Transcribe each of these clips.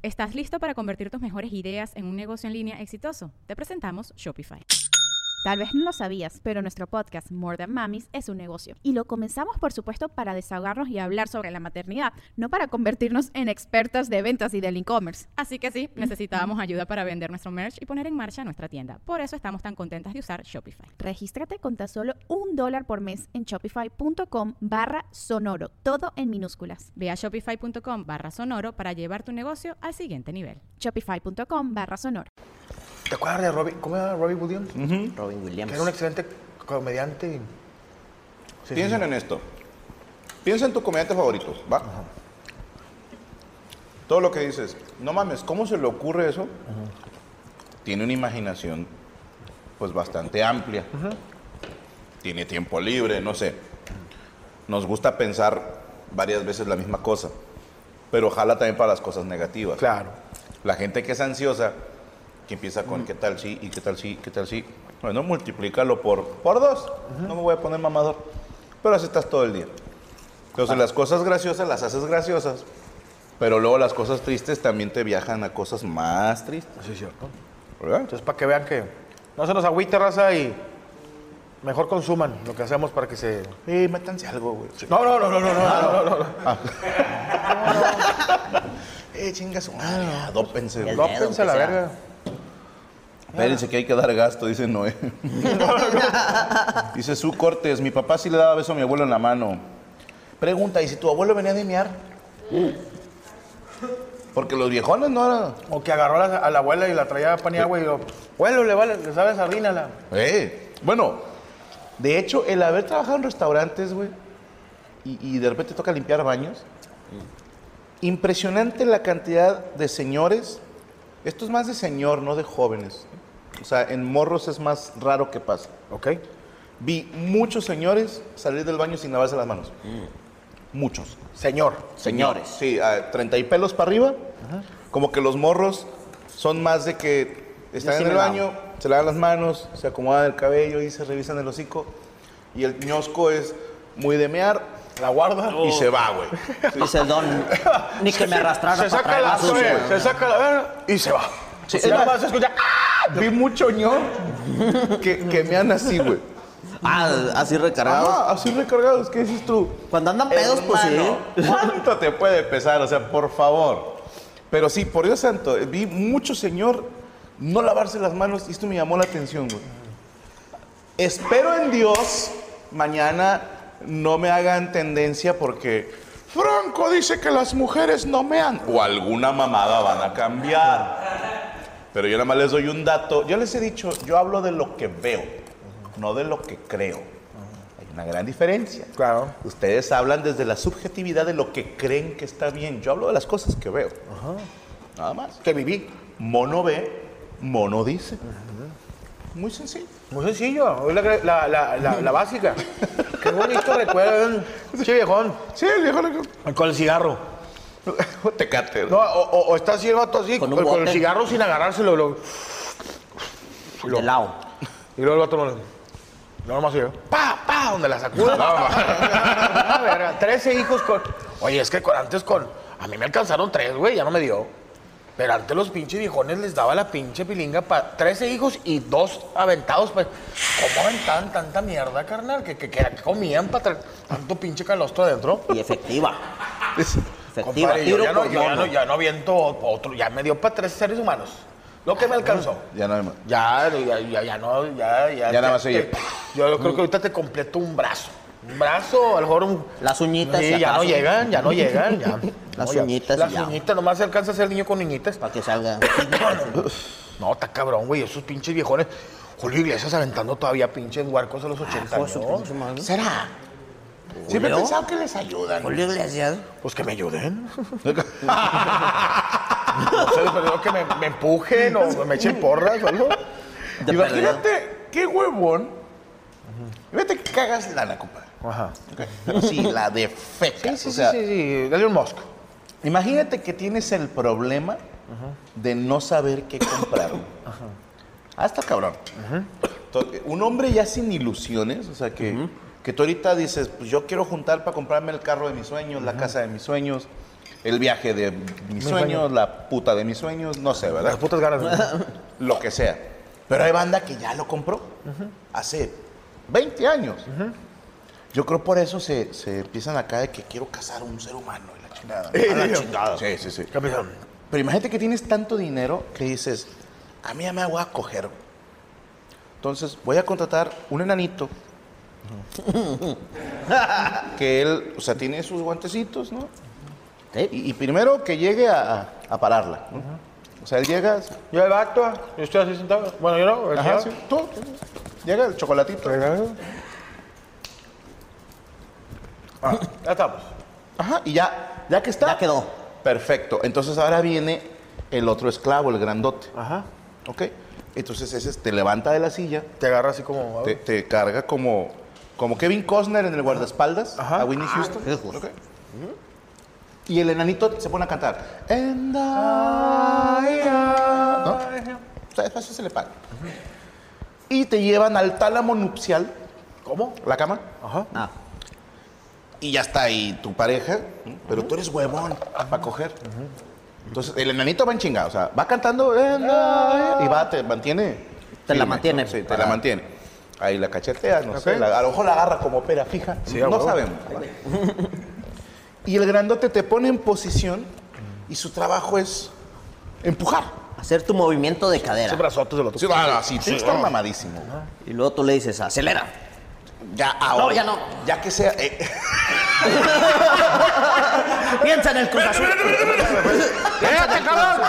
¿Estás listo para convertir tus mejores ideas en un negocio en línea exitoso? Te presentamos Shopify. Tal vez no lo sabías, pero nuestro podcast More Than Mamis es un negocio. Y lo comenzamos, por supuesto, para desahogarnos y hablar sobre la maternidad, no para convertirnos en expertas de ventas y del e-commerce. Así que sí, necesitábamos ayuda para vender nuestro merch y poner en marcha nuestra tienda. Por eso estamos tan contentas de usar Shopify. Regístrate con tan solo $1 por mes en shopify.com/sonoro, todo en minúsculas. Ve a shopify.com/sonoro para llevar tu negocio al siguiente nivel. Shopify.com/sonoro. ¿Te acuerdas de Robbie? ¿Cómo era Robbie Williams? Robin Williams. Que era un excelente comediante. Sí, Piensen en esto. Piensa en tu comediante favorito, ¿va? Todo lo que dices, no mames, ¿cómo se le ocurre eso? Tiene una imaginación, pues, bastante amplia. Tiene tiempo libre, no sé. Nos gusta pensar varias veces la misma cosa, pero jala también para las cosas negativas. Claro. La gente que es ansiosa, que empieza con qué tal sí y qué tal sí, qué tal sí. Bueno, multiplícalo por 2. No me voy a poner mamador. Pero así estás todo el día. Entonces las cosas graciosas las haces graciosas, pero luego las cosas tristes también te viajan a cosas más tristes. Sí, es cierto. ¿Verdad? Entonces, para que vean que no se nos agüite, raza, y mejor consuman lo que hacemos para que se... Métanse algo, güey. No. Chinga su madre. Dópense, güey. El No, dedo, pense a la que sea. verga. Espérense que hay que dar gasto, dice Noé. Dice Su Cortés, mi papá sí le daba beso a mi abuelo en la mano. Pregunta, ¿y si tu abuelo venía de mear? Porque los viejones no eran... O que agarró a la abuela y la traía pan y agua y lo... Abuelo, le sabe sardina. Bueno, de hecho, el haber trabajado en restaurantes, güey, y de repente toca limpiar baños, impresionante la cantidad de señores. Esto es más de señor, no de jóvenes. O sea, en morros es más raro que pase. Ok. Vi muchos señores salir del baño sin lavarse las manos. Muchos. Señores. Sí, 30 y pelos para arriba. Como que los morros son más de que están Yo sí en el me lavo. baño, se lavan las manos, se acomodan el cabello y se revisan el hocico. Y el ñosco es muy de mear, La guarda. y se va, güey. Dice el don, ni que me arrastrara Se para saca traer la la sucia. se saca la verga y se va. Sí, Y nada más se escucha... Vi mucho ño que mean así, güey. Así recargados. Así recargados, ¿qué dices tú? Cuando andan pedos, pues sí. Hermano, ¿cuánto te puede pesar? O sea, por favor. Pero sí, por Dios santo, vi mucho señor no lavarse las manos y esto me llamó la atención, güey. Espero en Dios mañana no me hagan tendencia porque Franco dice que las mujeres no mean o alguna mamada van a cambiar. Pero yo nada más les doy un dato. Yo les he dicho, yo hablo de lo que veo, no de lo que creo. Hay una gran diferencia. Claro. Ustedes hablan desde la subjetividad de lo que creen que está bien. Yo hablo de las cosas que veo. Nada más. Que viví. Mono ve, mono dice. Muy sencillo. Muy sencillo. Es la básica. Qué bonito recuerdo. Sí, viejón. Sí, el viejo Con el cigarro. Tecate. No, o está así el vato así, Con con, un el bote. cigarro sin agarrárselo. De lado. Y luego el vato no nomás yo. ¡Pa! Donde la sacuda. A ver, 13 hijos con... Oye, es que antes con... A mí me alcanzaron 3, güey, ya no me dio. Pero antes los pinches viejones les daba la pinche pilinga para 13 hijos y 2 aventados. Pues, ¿cómo aventaban tanta mierda, carnal? Que comían para tanto pinche calostro adentro. Y efectiva. Efectiva. Compadre, Tiro yo por mono. ya no aviento otro. Ya me dio para 3 seres humanos. Lo que me alcanzó. Ya no hay más. Ya no, ya. Ya nada más oye. Yo creo que ahorita te completo un brazo. Un brazo, a lo mejor un... Las uñitas. Sí, si ya no acaso, llegan. Ya. Las ya. uñitas y Las ya. uñitas, nomás se alcanza a ser niño con niñitas. Para que salga. No, está cabrón, güey, esos pinches viejones. Julio Iglesias aventando todavía pinches huarcos a los 80 Hijo de su años. pinche madre. ¿Será? Siempre he Julio. pensado que les ayudan. Julio Iglesias. Pues que me ayuden. No sé, pero que me empujen o me echen porras o algo. De Imagínate qué huevón. Imagínate que cagas lana, compadre. Ajá. Pero sí, la de feca. Sí. O sea, Dale un mosco. imagínate que tienes el problema de no saber qué comprar. Está cabrón. Entonces, un hombre ya sin ilusiones, o sea, que tú ahorita dices, pues yo quiero juntar para comprarme el carro de mis sueños, la casa de mis sueños, el viaje de mis sueños, la puta de mis sueños, no sé, ¿verdad? Las putas ganas. Lo que sea. Pero hay banda que ya lo compró hace 20 años. Yo creo por eso se empiezan acá de que quiero cazar a un ser humano y la chingada. A la chingada. Sí, sí, sí. Capitán. Pero imagínate que tienes tanto dinero que dices, a mí ya me voy a coger. Entonces voy a contratar un enanito que él, o sea, tiene sus guantecitos, ¿no? Sí. Y primero que llegue a pararla, ¿no? O sea, él llega... Yo el vato, yo estoy así sentado. Bueno, yo no. Ajá, sí, tú. Llega el chocolatito. Ya estamos. Ajá, y ya que está... Ya quedó. Perfecto. Entonces ahora viene el otro esclavo, el grandote. Ajá. ¿Ok? Entonces ese te levanta de la silla, Te agarra así como... te carga como Kevin Costner en el guardaespaldas Ajá. a Whitney Houston. hijos. ¿Ok? Y el enanito se pone a cantar. ¿No? O sea, eso se le paga. Y te llevan al tálamo nupcial. ¿Cómo? La cama. Ajá. Ah. Y ya está ahí tu pareja, ¿no? Pero tú eres huevón para coger. Entonces, el enanito va en chingada, o sea, va cantando y te mantiene. Te la firme, mantiene. ¿no? Sí, te la mantiene. Ahí la cachetea, no sé, a lo mejor la agarra como pera fija. Sí, no a huevo. sabemos. Y el grandote te pone en posición y su trabajo es empujar. Hacer tu movimiento de Ese cadera. brazote se lo Sí, toca. sí, tiene que estar mamadísimo. Y luego tú le dices, acelera. Ya ahora. No, ya no. Ya que sea. Piensa en el Cruz Azul. ¡Espérate, cabrón!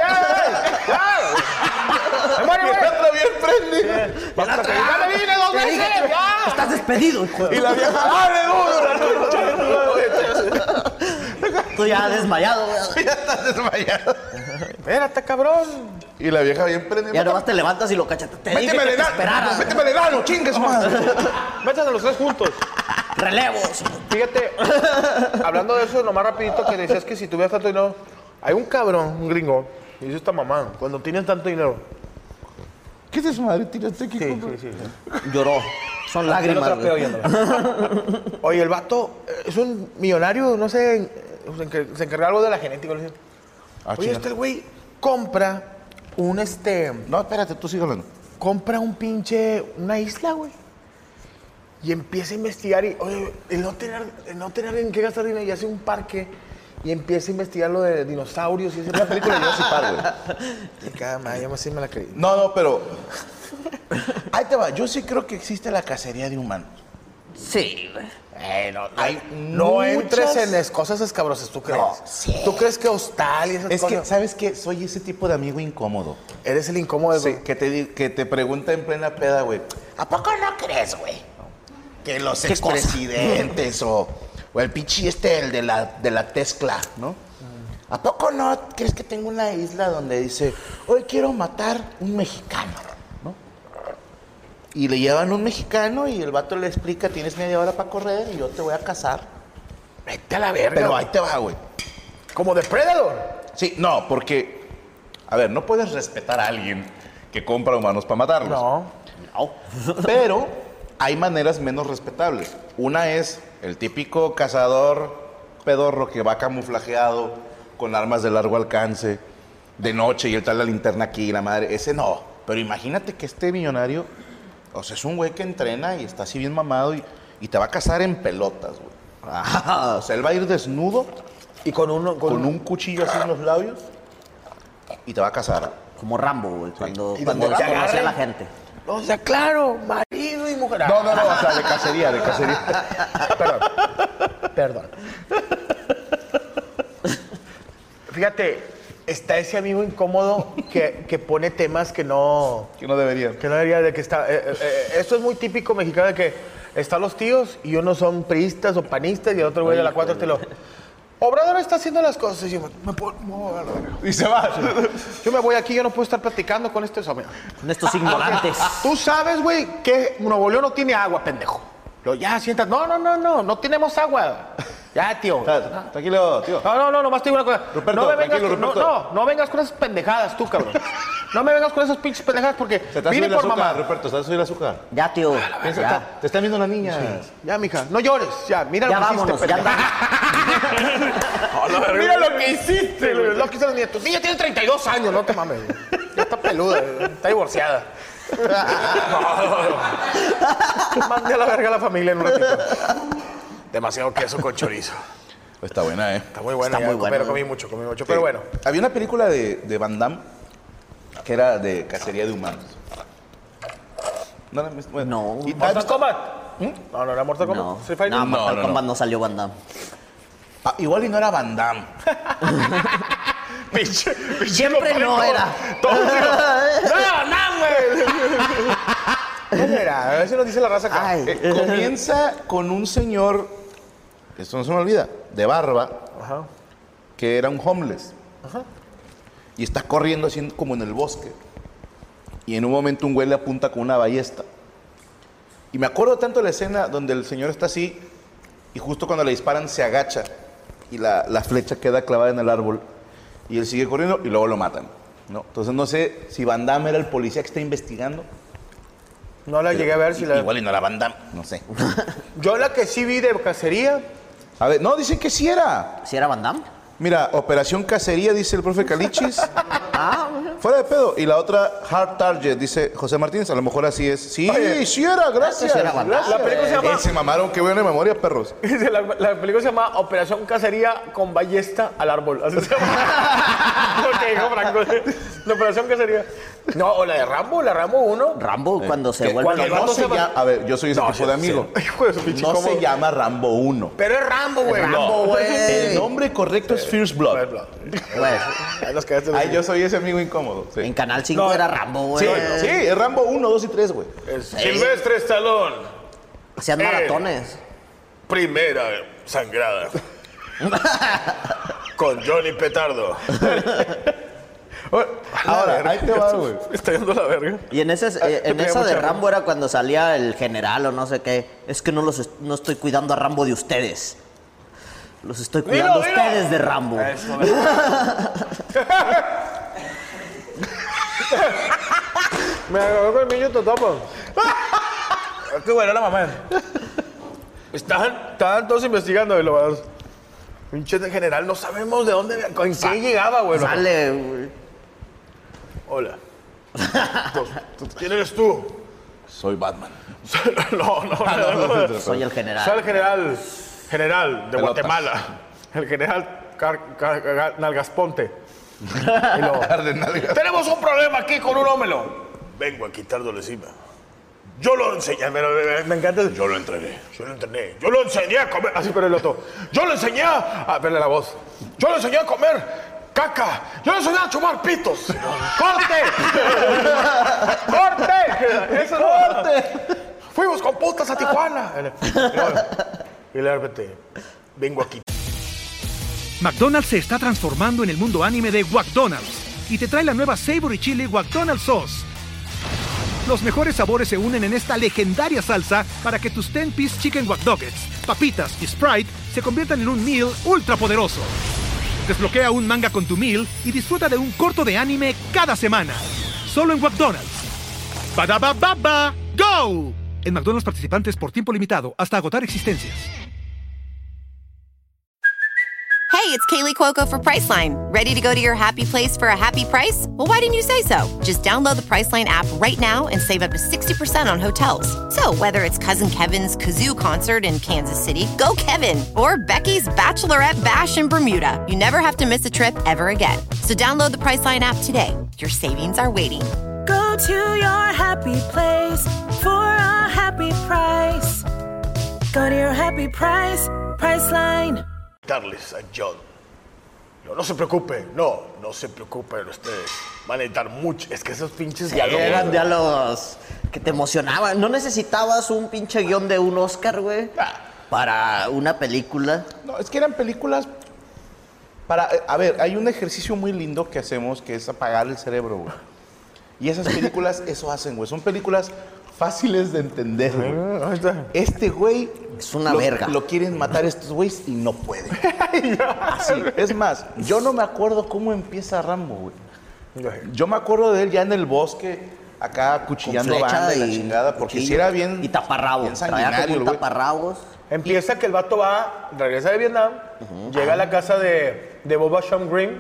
Bien prende. ¡Ya me vine 2 Te dije, veces! ¡Ya! estás despedido, hijo de- Y la vieja, ¡dale duro! Tú ya desmayado. güey. Ya estás desmayado. ¡Espérate, cabrón! Y la vieja bien prendida. Ya nomás te levantas y lo cachetas. Te dije Méteme que el te enano, esperaras. méteme el enano, chingue su madre. Métanse los 3 juntos. Relevos. Fíjate, hablando de eso, nomás rapidito, que decías que si tuvieras tanto dinero... Hay un cabrón, un gringo, y dice esta mamá, cuando tienes tanto dinero... ¿Qué es eso, madre? Tírate aquí. Sí. Lloró. Son lágrimas. Yo no trapeo güey. yéndola. Oye, el vato es un millonario, no sé, se encarga algo de la genética. ¿No? Oye, el güey compra un No, espérate, tú sigue hablando. compra una isla, güey. Y empieza a investigar y, oye, el no tener en qué gastar dinero y hace un parque y empieza a investigar lo de dinosaurios y esa Una película de Jurassic Park, güey. Y cada madre, yo sí me la creí. No, pero... Ahí te va. Yo sí creo que existe la cacería de humanos. Sí, güey. Hay No muchas- entres en cosas escabrosas, ¿tú crees? No, sí. ¿Tú crees que hostal y esas Es cosas? que, ¿sabes qué? Soy ese tipo de amigo incómodo. Eres el incómodo. Sí, que te pregunta en plena peda, güey. ¿A poco no crees, güey? Que los ¿Qué cosa? expresidentes o el pinche el de la Tesla, ¿no? ¿A poco no crees que tengo una isla donde dice, hoy quiero matar un mexicano, ¿no? Y le llevan un mexicano y el vato le explica, tienes media hora para correr y yo te voy a cazar. Vete a la verga. Pero ahí te va, güey. Como Depredador. Sí, no, porque, a ver, no puedes respetar a alguien que compra humanos para matarlos. No. Pero hay maneras menos respetables. Una es el típico cazador pedorro que va camuflajeado con armas de largo alcance de noche y él trae la linterna aquí y la madre. Ese no. Pero imagínate que este millonario, o sea, es un güey que entrena y está así bien mamado y te va a cazar en pelotas, güey. O sea, él va a ir desnudo Y con con un cuchillo así en los labios y te va a cazar. Como Rambo, güey. Cuando Y donde te desconocía a agarren. la gente. O sea, claro, marido y mujer. No, o sea, de cacería. Perdón. Fíjate, está ese amigo incómodo que pone temas que no Que no debería de que está. Esto es muy típico mexicano de que están los tíos y unos son priistas o panistas y el otro güey de la 4 te lo. Obrador está haciendo las cosas y yo me voy a la verga. Y se va. Yo me voy aquí, yo no puedo estar platicando con este hombre. Con estos ignorantes. Tú sabes, güey, que Nuevo León no tiene agua, pendejo. Ya, sientas. No tenemos agua. Ya, tío. Tranquilo, tío. No, nomás te digo una cosa. Ruperto, no me vengas, tranquilo, Ruperto. no vengas con esas pendejadas, tú, cabrón. No me vengas con esas pinches pendejadas porque Se te ha vine subido el por azúcar, mamá. Ruperto, se te ha subido el azúcar. Ya, tío. Ya. Te están viendo las niñas. Ya, mija, no llores. Ya, mira Ya lo que hiciste, vámonos. Ya pendeja. andamos. Mira lo que hiciste, güey. Lo que hizo el nieto. Ella tiene 32 años, no te mames. Ya está peluda, está divorciada. Mande a la verga a la familia en un ratito. Demasiado queso con chorizo. Está buena, Está muy buena. Está muy buena. Pero comí mucho. Pero bueno. Había una película de Van Damme que era de cacería de humanos. No, bueno. No. Y- ¿Mortal Kombat? No, no era Mortal Kombat. No, Street Fighter. no, Mortal no. Kombat no salió Van Damme. igual y no era Van Damme. Pinche Siempre no era. Todo no, güey. ¿Cómo era? A ver si nos dice la raza acá. Ay. Comienza con un señor, esto no se me olvida, de barba, Ajá. que era un homeless. Y está corriendo así como en el bosque. Y en un momento un güey le apunta con una ballesta. Y me acuerdo tanto de la escena donde el señor está así y justo cuando le disparan se agacha y la flecha queda clavada en el árbol y él sigue corriendo y luego lo matan, ¿no? Entonces no sé si Van Damme era el policía que está investigando. No la llegué a ver si la... Igual y no era Van Damme, no sé. Yo la que sí vi de cacería... A ver, no, dicen que sí era. ¿Sí era Van Damme? Mira, Operación Cacería, dice el profe Calichis. Fuera de pedo. Y la otra, Hard Target, dice José Martínez. A lo mejor así es. Sí, sí era, gracias. sí era Van Damme. La película se llama... Se mamaron, qué buena memoria, perros. La película se llama Operación Cacería con ballesta al árbol. Así se llama. Lo que dijo Franco. La Operación Cacería. No, o la de Rambo, la Rambo 1. Rambo, cuando se Que vuelve... cuando el vato no se se va- llama, a ver, yo soy ese No, tipo de amigo. Hijo de su pinche No se cómodo. llama Rambo 1. Pero es Rambo, güey. Rambo, güey. El nombre correcto es First Blood. Güey, Ahí nos quedaste. Ay, yo soy ese amigo incómodo. Sí, en Canal 5 No, era Rambo, güey. sí, es Rambo 1, 2 y 3, güey. Silvestre Stallone. Hacían maratones. Primera sangrada. Con Johnny Petardo. Ahora, ahí te va, güey. Está yendo la verga. Y en, esa mucha de risa. Rambo era cuando salía el general o no sé qué. Es que no estoy cuidando a Rambo de ustedes. Los estoy cuidando a Dilo. ustedes de Rambo. Eso, me agarró con el niño totopo. Es que bueno, la mamá. Estaban todos investigando y lo vas. Pinche de general, no sabemos de dónde, con qué llegaba, güey. Sale, güey. Hola. ¿Quién eres tú? Soy Batman. No. Soy el general. Soy el general de Pelotas. Guatemala. El general Nalgasponte. Y luego, tenemos un problema aquí con un ómelo. Vengo a quitarlo encima. Yo lo enseñé, me encanta. Yo lo entrené. Yo lo enseñé a comer. Así, pero el otro. Yo lo enseñé a verle la voz. Yo lo enseñé a comer caca. Yo lo enseñé a chumar pitos. ¡Corte! ¡Corte! ¡Eso corte! Fuimos con putas a Tijuana. Y de repente, vengo aquí. McDonald's se está transformando en el mundo anime de McDonald's y te trae la nueva Savory Chili McDonald's Sauce. Los mejores sabores se unen en esta legendaria salsa para que tus 10-piece chicken wack doggets, papitas y Sprite se conviertan en un meal ultra poderoso. Desbloquea un manga con tu meal y disfruta de un corto de anime cada semana. Solo en McDonald's. ¡Badaba baba! ¡Go! En McDonald's participantes por tiempo limitado hasta agotar existencias. Hey, it's Kaylee Cuoco for Priceline. Ready to go to your happy place for a happy price? Well, why didn't you say so? Just download the Priceline app right now and save up to 60% on hotels. So, whether it's Cousin Kevin's Kazoo concert in Kansas City, go Kevin, or Becky's Bachelorette Bash in Bermuda, you never have to miss a trip ever again. So, download the Priceline app today. Your savings are waiting. Go to your happy place for a happy price. Go to your happy price, Priceline. Darles a John. No se preocupe, no se preocupen ustedes. Van a necesitar mucho. Es que esos pinches diálogos. Eran güey. diálogos que te emocionaban. No necesitabas un pinche guión de un Oscar, güey, para una película. No, es que eran películas para... A ver, hay un ejercicio muy lindo que hacemos que es apagar el cerebro, güey. Y esas películas eso hacen, güey. Son películas fáciles de entender, güey. Ahí está. Este güey... Es una verga. Lo quieren matar estos güeyes y no pueden. Así. Es más, yo no me acuerdo cómo empieza Rambo, güey. Yo me acuerdo de él ya en el bosque, acá cuchillando Con flecha banda y la y chingada, porque cuchillo. si era bien... Y taparrabos. bien Traía sanguinario, como un güey. taparrabos. Empieza que el vato regresa de Vietnam llega a la casa de Boba Sean Green,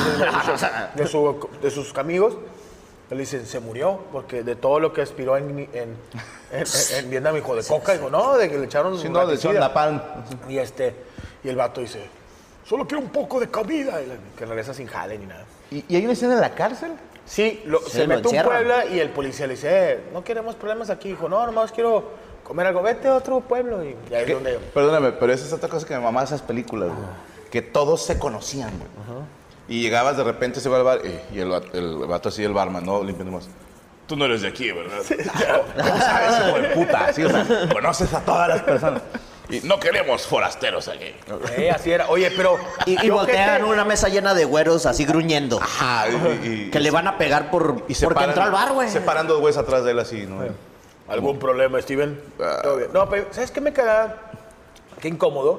de sus amigos. Le dicen, se murió porque de todo lo que aspiró en Vietnam, hijo de coca. Dijo, no, de que le echaron Sí, no, de hecho, la pan. Y el vato dice, solo quiero un poco de comida. Y que regresa sin jale ni nada. ¿Y hay una escena en la cárcel? Sí, se mete un Puebla y el policía le dice, no queremos problemas aquí. Dijo, no, nomás quiero comer algo, vete a otro pueblo. Y ahí es donde... Perdóname, pero esa es otra cosa que me mamaba esas películas, güey. Que todos se conocían, güey. Y llegabas de repente, se va al bar y el vato así, el barman, ¿no? Limpiando más. Tú no eres de aquí, ¿verdad? Sí. ¿Cómo sabes, hijo de puta? Sí, o sea, conoces a todas las personas. Y no queremos forasteros aquí. Así era. Oye, pero... Y voltean una mesa llena de güeros así gruñendo. Ajá. Que le van a pegar porque entró al bar, güey. Se paran dos güeyes atrás de él así, ¿no? ¿Algún problema, Steven? Todo bien. No, pero ¿sabes qué me cagaba? Qué incómodo.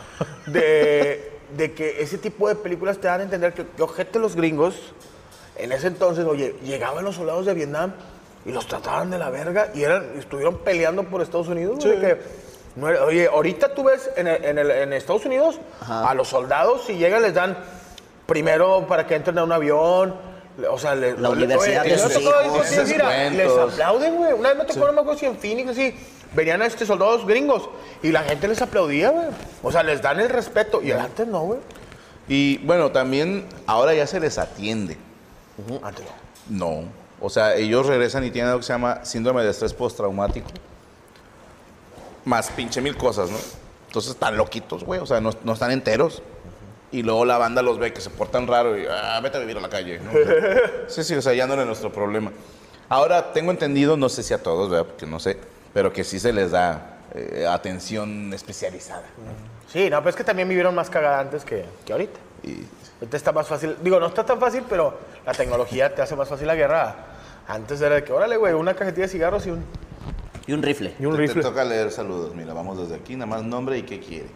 de que ese tipo de películas te dan a entender que ojete los gringos, en ese entonces, oye, llegaban los soldados de Vietnam y los trataban de la verga y estuvieron peleando por Estados Unidos. Sí. Oye, ahorita tú ves en Estados Unidos a los soldados, si llegan les dan primero para que entren a un avión. O sea, la universidad de sus hijos. Mira, les aplauden, güey. Una vez me tocó, no me acuerdo si en Phoenix, así, venían a soldados gringos y la gente les aplaudía, güey. O sea, les dan el respeto. Y antes no, güey. Y bueno, también ahora ya se les atiende. Antes no. O sea, ellos regresan y tienen algo que se llama síndrome de estrés postraumático. Más pinche mil cosas, ¿no? Entonces están loquitos, güey. O sea, no están enteros. Y luego la banda los ve que se portan raro y vete a vivir a la calle, ¿no? Sí, o sea, ya no era nuestro problema. Ahora, tengo entendido, no sé si a todos, ¿verdad? Porque no sé, pero que sí se les da atención especializada. Sí, no, pero es que también vivieron más cagada antes que ahorita. Y ahorita está más fácil. Digo, no está tan fácil, pero la tecnología te hace más fácil la guerra. Antes era de que, órale, güey, una cajetilla de cigarros y un rifle. Y un rifle. Te toca leer saludos. Mira, vamos desde aquí, nada más nombre y qué quiere.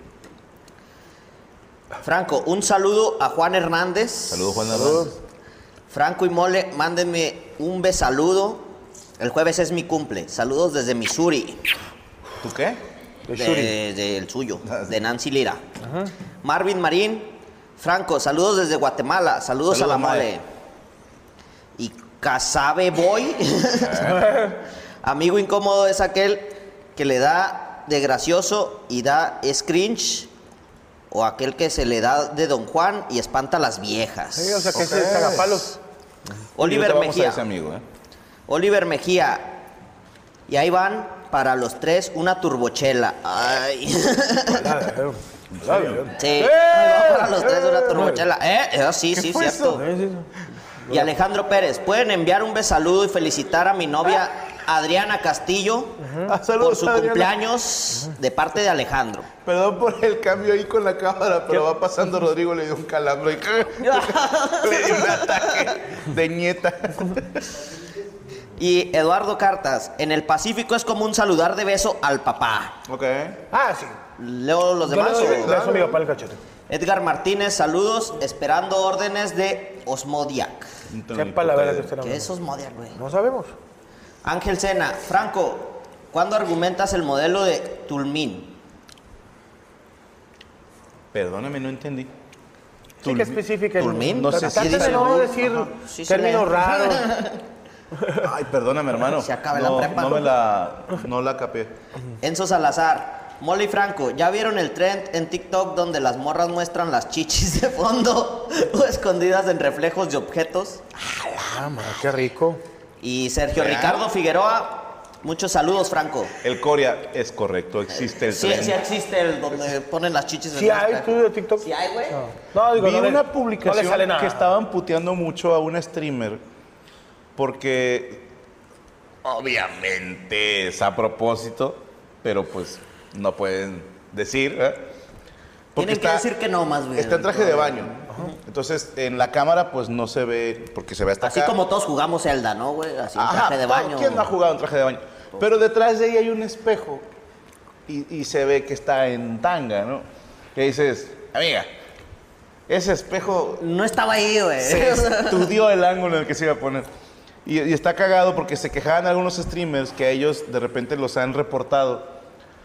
Franco, un saludo a Juan Hernández. Saludos, Juan Hernández. Franco y Mole, mándenme un besaludo. El jueves es mi cumple. Saludos desde Missouri. ¿Tú qué? Del suyo, de Nancy Lira. Marvin Marín. Franco, saludos desde Guatemala. Saludos a la Mole. Y Casabe Boy. Amigo incómodo es aquel que le da de gracioso y da cringe. O aquel que se le da de Don Juan y espanta a las viejas. Sí, o sea, que se cagapalos. Oliver Mejía. Ese amigo, Oliver Mejía. Y ahí van para los tres una turbochela. Ay. Sí, ahí van para los tres una turbochela. Sí, cierto. Y Alejandro Pérez, pueden enviar un besaludo y felicitar a mi novia Adriana Castillo por su cumpleaños de parte de Alejandro. Perdón por el cambio ahí con la cámara, pero va pasando Rodrigo, le dio un calambre y le dio un ataque de nieta. Y Eduardo Cartas, en el Pacífico es común saludar de beso al papá. Ok. Sí. ¿Leo los demás? Beso a mi papá el cachete. Edgar Martínez, saludos, esperando órdenes de Osmodiac. Sepa la verdad que usted no. ¿Qué es Osmodiac, güey? No sabemos. Ángel Sena, Franco, ¿cuándo argumentas el modelo de Tulmin? Perdóname, no entendí. Sí, que específica. ¿Tulmin? No sé si dice. dice. No decir términos raros. Ay, perdóname, hermano. Se acaba la prepa. No la capé. Enzo Salazar, Molly Franco, ¿ya vieron el trend en TikTok donde las morras muestran las chichis de fondo o escondidas en reflejos de objetos? Qué rico. Y Sergio Ricardo Figueroa, muchos saludos, Franco. El Corea es correcto, existe el tren. Sí existe el donde ponen las chichis en ¿Sí hay estudio de TikTok? Sí hay, güey. No, digo, Vi no una le publicación sale nada. que estaban puteando mucho a una streamer porque obviamente es a propósito, pero pues no pueden decir, ¿eh? Tienen que decir que no, más bien. Está en traje de baño. Entonces, en la cámara, pues no se ve, porque se ve hasta Así acá. como todos jugamos Zelda, ¿no, güey? Así en traje de baño. ¿Quién no ha jugado en traje de baño? Pero detrás de ella hay un espejo y se ve que está en tanga, ¿no? Que dices, amiga, ese espejo No estaba ahí, güey. se estudió el ángulo en el que se iba a poner. Y está cagado porque se quejaban algunos streamers que a ellos de repente los han reportado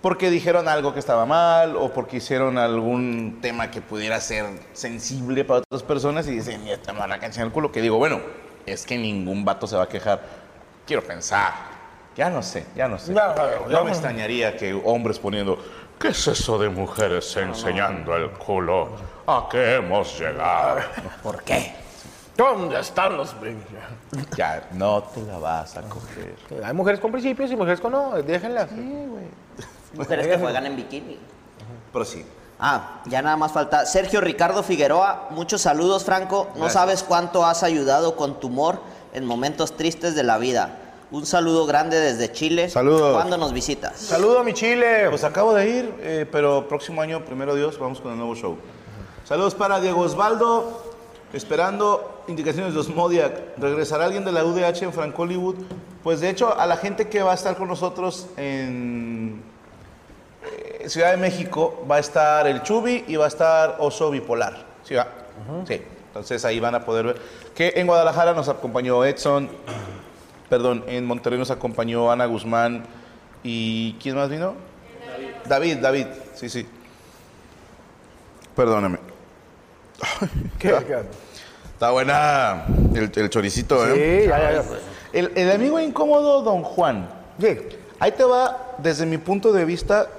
porque dijeron algo que estaba mal o porque hicieron algún tema que pudiera ser sensible para otras personas y dicen, y esta marraca en el culo, que digo, bueno, es que ningún vato se va a quejar. Quiero pensar. Ya no sé. No me extrañaría que hombres poniendo, ¿qué es eso de mujeres enseñando el culo? ¿A qué hemos llegado? ¿Por qué? ¿Dónde están los...? Ya, no te la vas a coger. Hay mujeres con principios y mujeres con no, déjenlas. Mujeres que juegan en bikini. Pero sí. Ya nada más falta Sergio Ricardo Figueroa. Muchos saludos, Franco. No sabes cuánto has ayudado con tu humor en momentos tristes de la vida. Un saludo grande desde Chile. Saludos. ¿Cuándo nos visitas? Saludo a mi Chile. Pues acabo de ir, pero próximo año, primero Dios, vamos con el nuevo show. Saludos para Diego Osvaldo. Esperando indicaciones de Osmodiac. ¿Regresará alguien de la UDH en Franco Hollywood? Pues de hecho, a la gente que va a estar con nosotros en Ciudad de México, va a estar el Chubi y va a estar Oso Bipolar. ¿Sí va? Sí. Entonces ahí van a poder ver. Que en Guadalajara nos acompañó Edson. Perdón, en Monterrey nos acompañó Ana Guzmán. ¿Y quién más vino? David. Sí. Perdóname. ¿Qué? Está buena el choricito, Sí, ¿eh? ya. El amigo incómodo, don Juan. Sí. Ahí te va, desde mi punto de vista,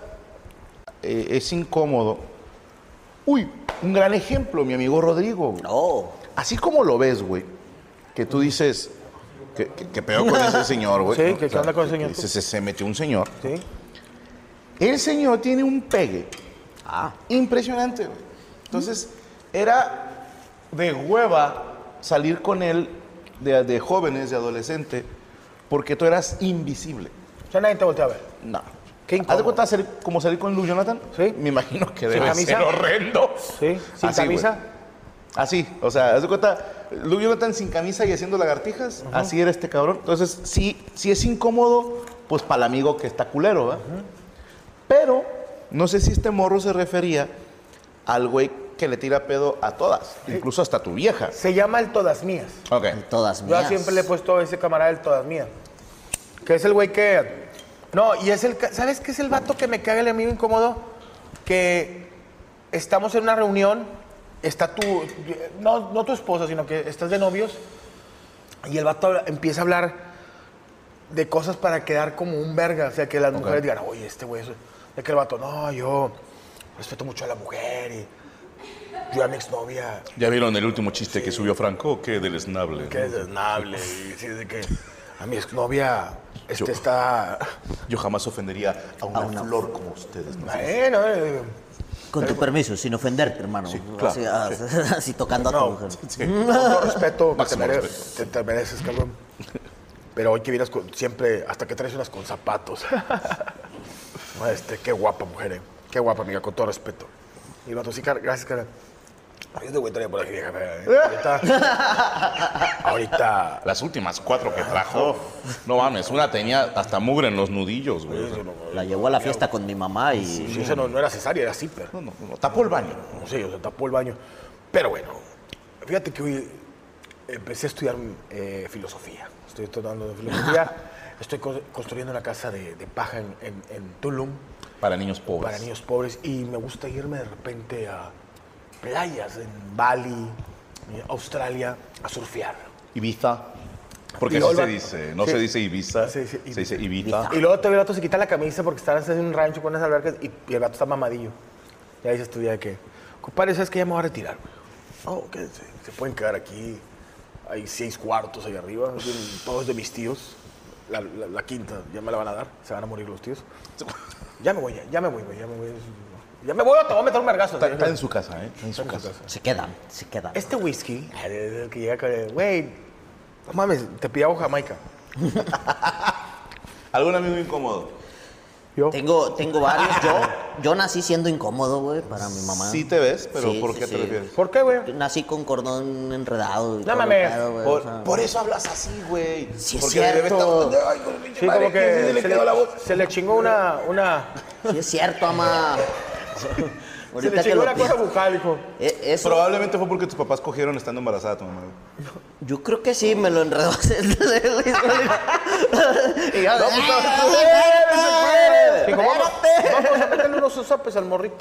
es incómodo. Uy, un gran ejemplo, mi amigo Rodrigo. Oh. Así como lo ves, güey, que tú dices, que peor con ese señor, güey. Sí, ¿qué onda con el señor? Se metió un señor. Sí. El señor tiene un pegue impresionante, güey. Entonces, era de hueva salir con él de jóvenes, de adolescente, porque tú eras invisible. O sea, nadie te voltea a ver. No. Qué incómodo. ¿Haz de cuenta como salir con Lou Jonathan? Sí. Me imagino que ¿Sin debe camisa? ser horrendo. Sí, sin Así, camisa. güey. Así, o sea, haz de cuenta, Lou Jonathan sin camisa y haciendo lagartijas, así era este cabrón. Entonces, sí es incómodo, pues para el amigo que está culero, ¿verdad? Pero, no sé si este morro se refería al güey que le tira pedo a todas, incluso hasta tu vieja. Se llama el todas mías. Ok. Todas Yo mías. siempre le he puesto a ese camarada el todas mías. Que es el güey que... No, y es el... ¿Sabes qué es el vato que me caga el amigo incómodo? Que estamos en una reunión, está tu... No tu esposa, sino que estás de novios y el vato empieza a hablar de cosas para quedar como un verga. O sea, que las mujeres digan, oye, este güey... De que el vato, no, yo respeto mucho a la mujer y... Yo a mi exnovia... ¿Ya vieron el último chiste que subió Franco? Qué deleznable. Que es desnable. Y sí, de que a mi exnovia está... Yo jamás ofendería a una flor como ustedes. ¿No? Bueno, Con tu permiso, sin ofenderte, hermano. Sí, claro, Así tocando a tu mujer. Sí. con todo respeto, Máximo te mereces, cabrón. Pero hoy que vienes siempre, hasta que traes unas con zapatos. Qué guapa mujer, ¿eh? Qué guapa, amiga, con todo respeto. Y el vato, sí, gracias, cara. Yo te voy a traer por aquí, vieja fea, Ahorita... Las últimas 4 que trajo, no mames, una tenía hasta mugre en los nudillos, güey. La llevó a la fiesta con mi mamá y... Sí, eso no era cesárea, era zipper. No, tapó el baño. Sí, o sea, tapó el baño. Pero bueno, fíjate que hoy empecé a estudiar filosofía. Estoy estudiando filosofía. Estoy construyendo una casa de paja en Tulum. Para niños pobres. Para niños pobres. Y me gusta irme de repente a playas en Bali, Australia, a surfear. Ibiza. Porque Y así luego se dice. No se dice Ibiza, Sí, sí, se dice Ibiza. Y luego te ve el vato, se quita la camisa porque están en un rancho con unas albercas y el vato está mamadillo. Ya dices tú ya de que, compadre, ¿sabes que ya me voy a retirar? Oh, que se pueden quedar aquí. Hay 6 cuartos ahí arriba, todos de mis tíos. La quinta ya me la van a dar, se van a morir los tíos. Ya me voy, güey, ya me voy, te voy a meter un vergazo. Está en su casa, ¿eh? En su casa. Se quedan. Este whisky, que llega con güey, no mames, te pillaba Jamaica. ¿Algún amigo incómodo? Yo. Tengo varios. Yo nací siendo incómodo, güey, para mi mamá. Sí te ves, pero Sí, ¿por sí, qué te sí. refieres? ¿Por qué, güey? Yo nací con cordón enredado. y todo el mames. pedo, güey, Por, o sea, por eso hablas así, güey. Sí, es Porque de bebé cierto. está- Ay, con el pinche Sí, madre, como que se le quedó la voz. se le chingó una... Sí, es cierto, ama. Se le chingó la cosa bucal, hijo. Eso, Probablemente fue porque tus papás cogieron estando embarazada tu mamá. yo creo que sí, me lo enredó. Y ya, Dijo, vamos a meterle unos sopes al morrito.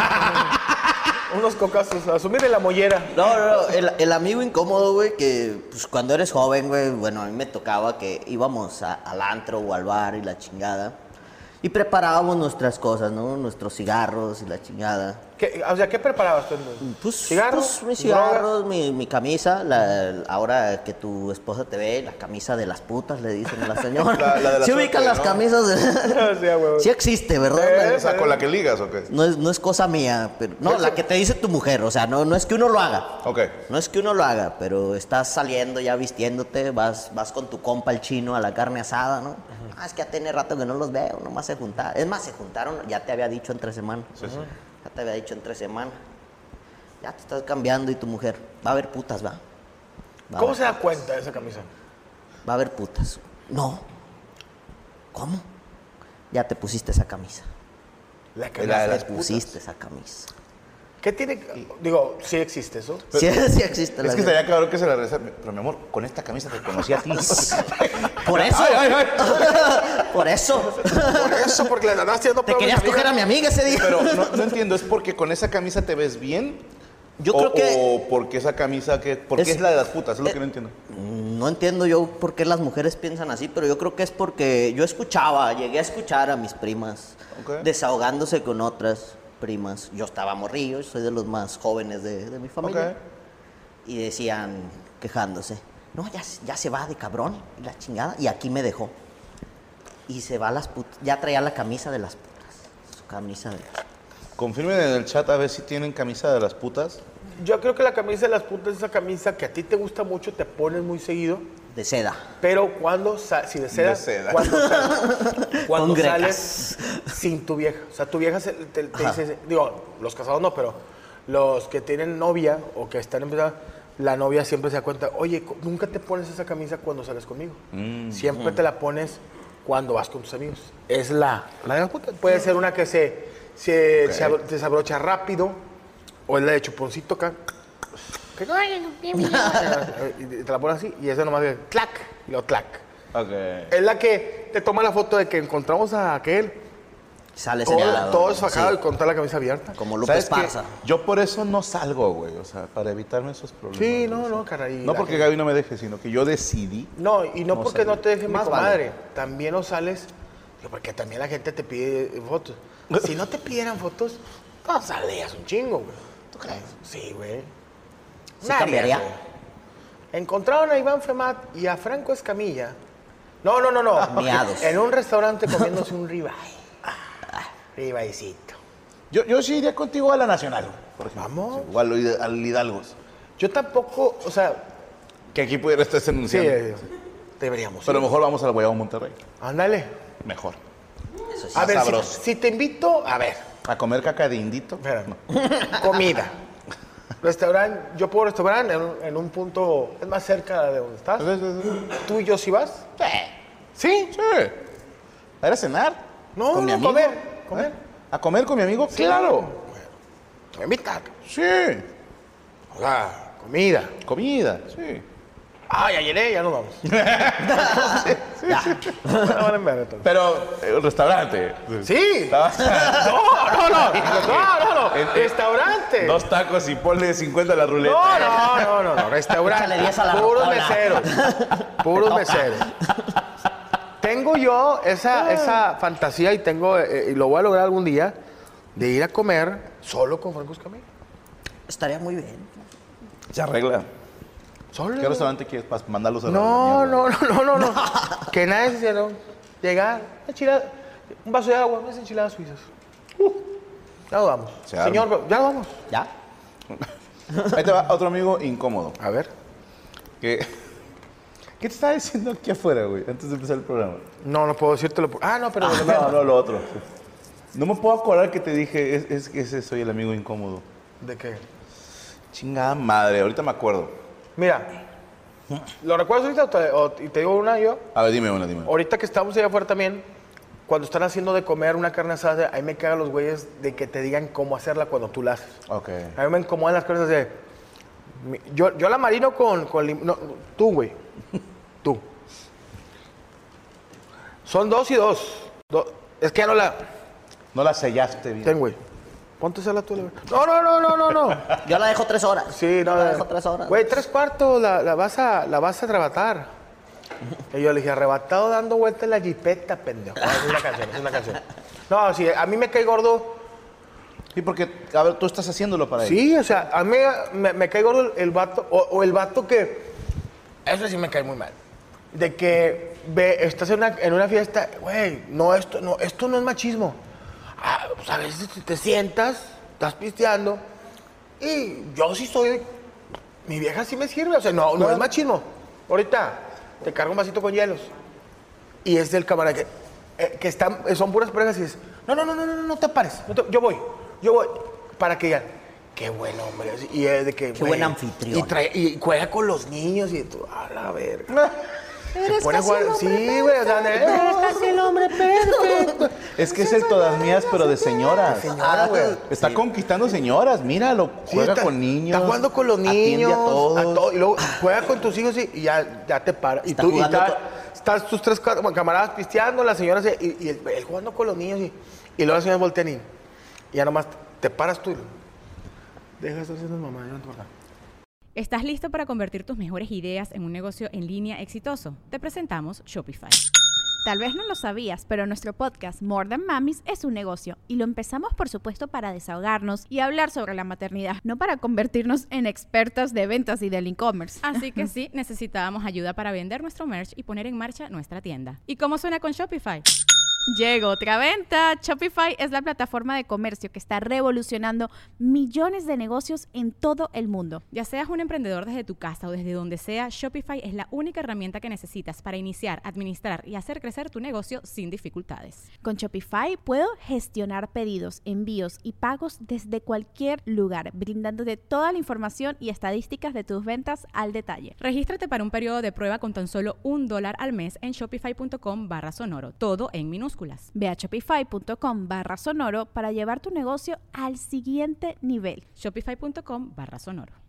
Unos cocazos, a sumirle la mollera. No, el amigo incómodo, güey, que pues cuando eres joven, güey, bueno, a mí me tocaba que íbamos al antro o al bar y la chingada. Y preparábamos nuestras cosas, ¿no? Nuestros cigarros y la chingada. O sea, ¿qué preparabas tú? Pues, ¿Cigarros? mis cigarros, mi camisa, ahora que tu esposa te ve, la camisa de las putas, le dicen a la señora. La de la ¿Sí ubican suerte, las ¿no? camisas de...? Sí, güey. Sí existe, ¿verdad? O sea, ¿con la que ligas o qué? No es cosa mía, pero... No, la que te dice tu mujer, o sea, no es que uno lo haga. Ok. No es que uno lo haga, pero estás saliendo ya vistiéndote, vas con tu compa el chino a la carne asada, ¿no? Ah, es que ya tiene rato que no los veo, nomás se juntaron. Es más, se juntaron, ya te había dicho entre semana. Sí. Ya te había dicho entre semana. Ya te estás cambiando y tu mujer. Va a haber putas, va. ¿Cómo se da cuenta de esa camisa? Va a haber putas. No. ¿Cómo? Ya te pusiste esa camisa. La La de Te las pusiste esa camisa. ¿Qué tiene? Digo, sí existe eso. Sí, sí existe la Es que estaría cabrón que se la regresa. Pero mi amor, con esta camisa te conocí a ti. Por eso. Por eso. Por eso, porque le andaste haciendo Te querías coger a mi amiga ese día. Pero no entiendo, ¿es porque con esa camisa te ves bien? Yo creo que... ¿O porque esa camisa porque es la de las putas? Es lo que no entiendo. No entiendo yo por qué las mujeres piensan así, pero yo creo que es porque yo llegué a escuchar a mis primas Ok. desahogándose con otras primas. Yo estaba morrillo, soy de los más jóvenes de mi familia. Ok. Y decían, quejándose, no, ya se va de cabrón, y la chingada, y aquí me dejó. Y se va a las putas, ya traía la camisa de las putas, su camisa de las putas. Confirmen en el chat a ver si tienen camisa de las putas. Yo creo que la camisa de las putas es esa camisa que a ti te gusta mucho, te pones muy seguido. De seda. Pero cuando si de seda, De seda. cuando Con sales sin tu vieja. O sea, tu vieja te dice, digo, los casados no, pero los que tienen novia o que están empezando, la novia siempre se da cuenta, oye, nunca te pones esa camisa cuando sales conmigo. Siempre te la pones cuando vas con tus amigos. Es la de las putas. Puede ser una que se desabrocha rápido, o es la de chuponcito acá. Que y te la pones así, y esa nomás de clac, y lo clac. Ok. Es la que te toma la foto de que encontramos a aquel Sale señalado. todo desfajado Sí, y con toda la camisa abierta. como Lupe ¿Sabes qué? Esparza. Yo por eso no salgo, güey. O sea, para evitarme esos problemas. Sí, güey. no, caray. No porque Gaby no me deje, sino que yo decidí. No, y no porque salir. no te deje mi Más comadre. También no sales, porque también la gente te pide fotos. Si no te pidieran fotos, no salías un chingo, güey. ¿Tú crees? Sí, güey. ¿Sí Nadie, cambiaría? güey. Encontraron a Iván Femat y a Franco Escamilla. No. Miados. En un restaurante comiéndose un ribeye. Ribaycito. Yo sí iría contigo a la Nacional, por ejemplo. Vamos. O al Hidalgos. Yo tampoco, o sea, Que aquí pudiera estar sí, anunciando. deberíamos. Pero ir. mejor vamos al Guayabo Monterrey. Ándale. Mejor. Eso sí. A ver, sabroso. si te invito, a ver, A comer caca de indito. espera, comida. Restaurante, yo puedo restaurante en un punto, es más cerca de donde estás. ¿Tú y yo sí vas? ¿Sí? Sí. ¿A ir a cenar? No, ¿Con mi no, amigo? comer. ¿Eh? ¿A comer con mi amigo? Claro. Me invitan. Sí. O sea, comida. Comida. Sí. Ah, ya llené, ya nos vamos. Bueno, vale, verga, entonces. Pero el restaurante. Sí. No. Restaurante. 2 tacos y ponle 50 a la ruleta. No. Restaurante. Échale 10 a la Puros rocola. meseros. Puros meseros. Tengo yo esa fantasía y y lo voy a lograr algún día de ir a comer solo con Franco Escamilla. Estaría muy bien. Se arregla. Solo. ¿Qué restaurante quieres para mandarlos a la No. mierda? Que nadie se hicieron. Llegar, un vaso de agua, unas enchiladas suizas. Ya nos vamos. Se arma. Señor, ya nos vamos. ¿Ya? Ahí te va otro amigo incómodo. A ver. ¿Qué te estaba diciendo aquí afuera, güey? Antes de empezar el programa. No puedo decírtelo. No, pero... No, lo otro. No me puedo acordar que te dije, es que ese soy el amigo incómodo. ¿De qué? Chingada madre, ahorita me acuerdo. Mira, ¿lo recuerdas ahorita y te digo una yo? A ver, dime una. Ahorita que estamos allá afuera también, cuando están haciendo de comer una carne asada, a mí me cagan los güeyes de que te digan cómo hacerla cuando tú la haces. Ok. A mí me incomodan las cosas de... Yo la marino con no, tú, güey. Tú. Son 2 y 2. Es que ya no la... No la sellaste bien. Ten, güey. Ponte a hacerla tú. No. Yo la dejo 3 horas. Sí, no. Yo la dejo 3 horas. Güey, 3/4 la vas a arrebatar. Y yo le dije, arrebatado dando vueltas en la jipeta, pendejo. Es una canción. No, sí, a mí me cae gordo. Sí, porque, a ver, tú estás haciéndolo para él. Sí, o sea, a mí me cae gordo el vato, o el vato que... Eso sí me cae muy mal. De que estás en una fiesta, güey, esto no es machismo. Pues a veces te sientas, estás pisteando, y yo sí soy... Mi vieja sí me sirve, o sea, no es machismo. Ahorita te cargo un vasito con hielos. Y es del camarada que son puras parejas y dices, no te pares, yo voy, para que ya... Qué buen hombre. Y es de que, qué buen anfitrión. Y juega con los niños y tú, a la verga. Eres casi el hombre sí, güey, o sea, eres casi el hombre perfecto. Es que es el todas mías, pero de señoras. Señora, güey. Está conquistando señoras, míralo. Juega con niños. Está jugando con los niños. Atiende a todos. Y luego juega con tus hijos y ya te para. Está jugando estás tus 3 camaradas pisteando, la señora y él jugando con los niños y luego la señora voltean y ya nomás te paras tú. Deja de estar haciendo mamá, ya no te importa. ¿Estás listo para convertir tus mejores ideas en un negocio en línea exitoso? Te presentamos Shopify. Tal vez no lo sabías, pero nuestro podcast More Than Mamis es un negocio y lo empezamos por supuesto para desahogarnos y hablar sobre la maternidad, no para convertirnos en expertas de ventas y del e-commerce. Así que sí, necesitábamos ayuda para vender nuestro merch y poner en marcha nuestra tienda. ¿Y cómo suena con Shopify? Llegó otra venta. Shopify es la plataforma de comercio que está revolucionando millones de negocios en todo el mundo. Ya seas un emprendedor desde tu casa o desde donde sea, Shopify es la única herramienta que necesitas para iniciar, administrar y hacer crecer tu negocio sin dificultades. Con Shopify puedo gestionar pedidos, envíos y pagos desde cualquier lugar, brindándote toda la información y estadísticas de tus ventas al detalle. Regístrate para un periodo de prueba con tan solo $1 al mes en shopify.com/sonoro, todo en minúsculas. Ve a shopify.com/sonoro para llevar tu negocio al siguiente nivel. Shopify.com/sonoro.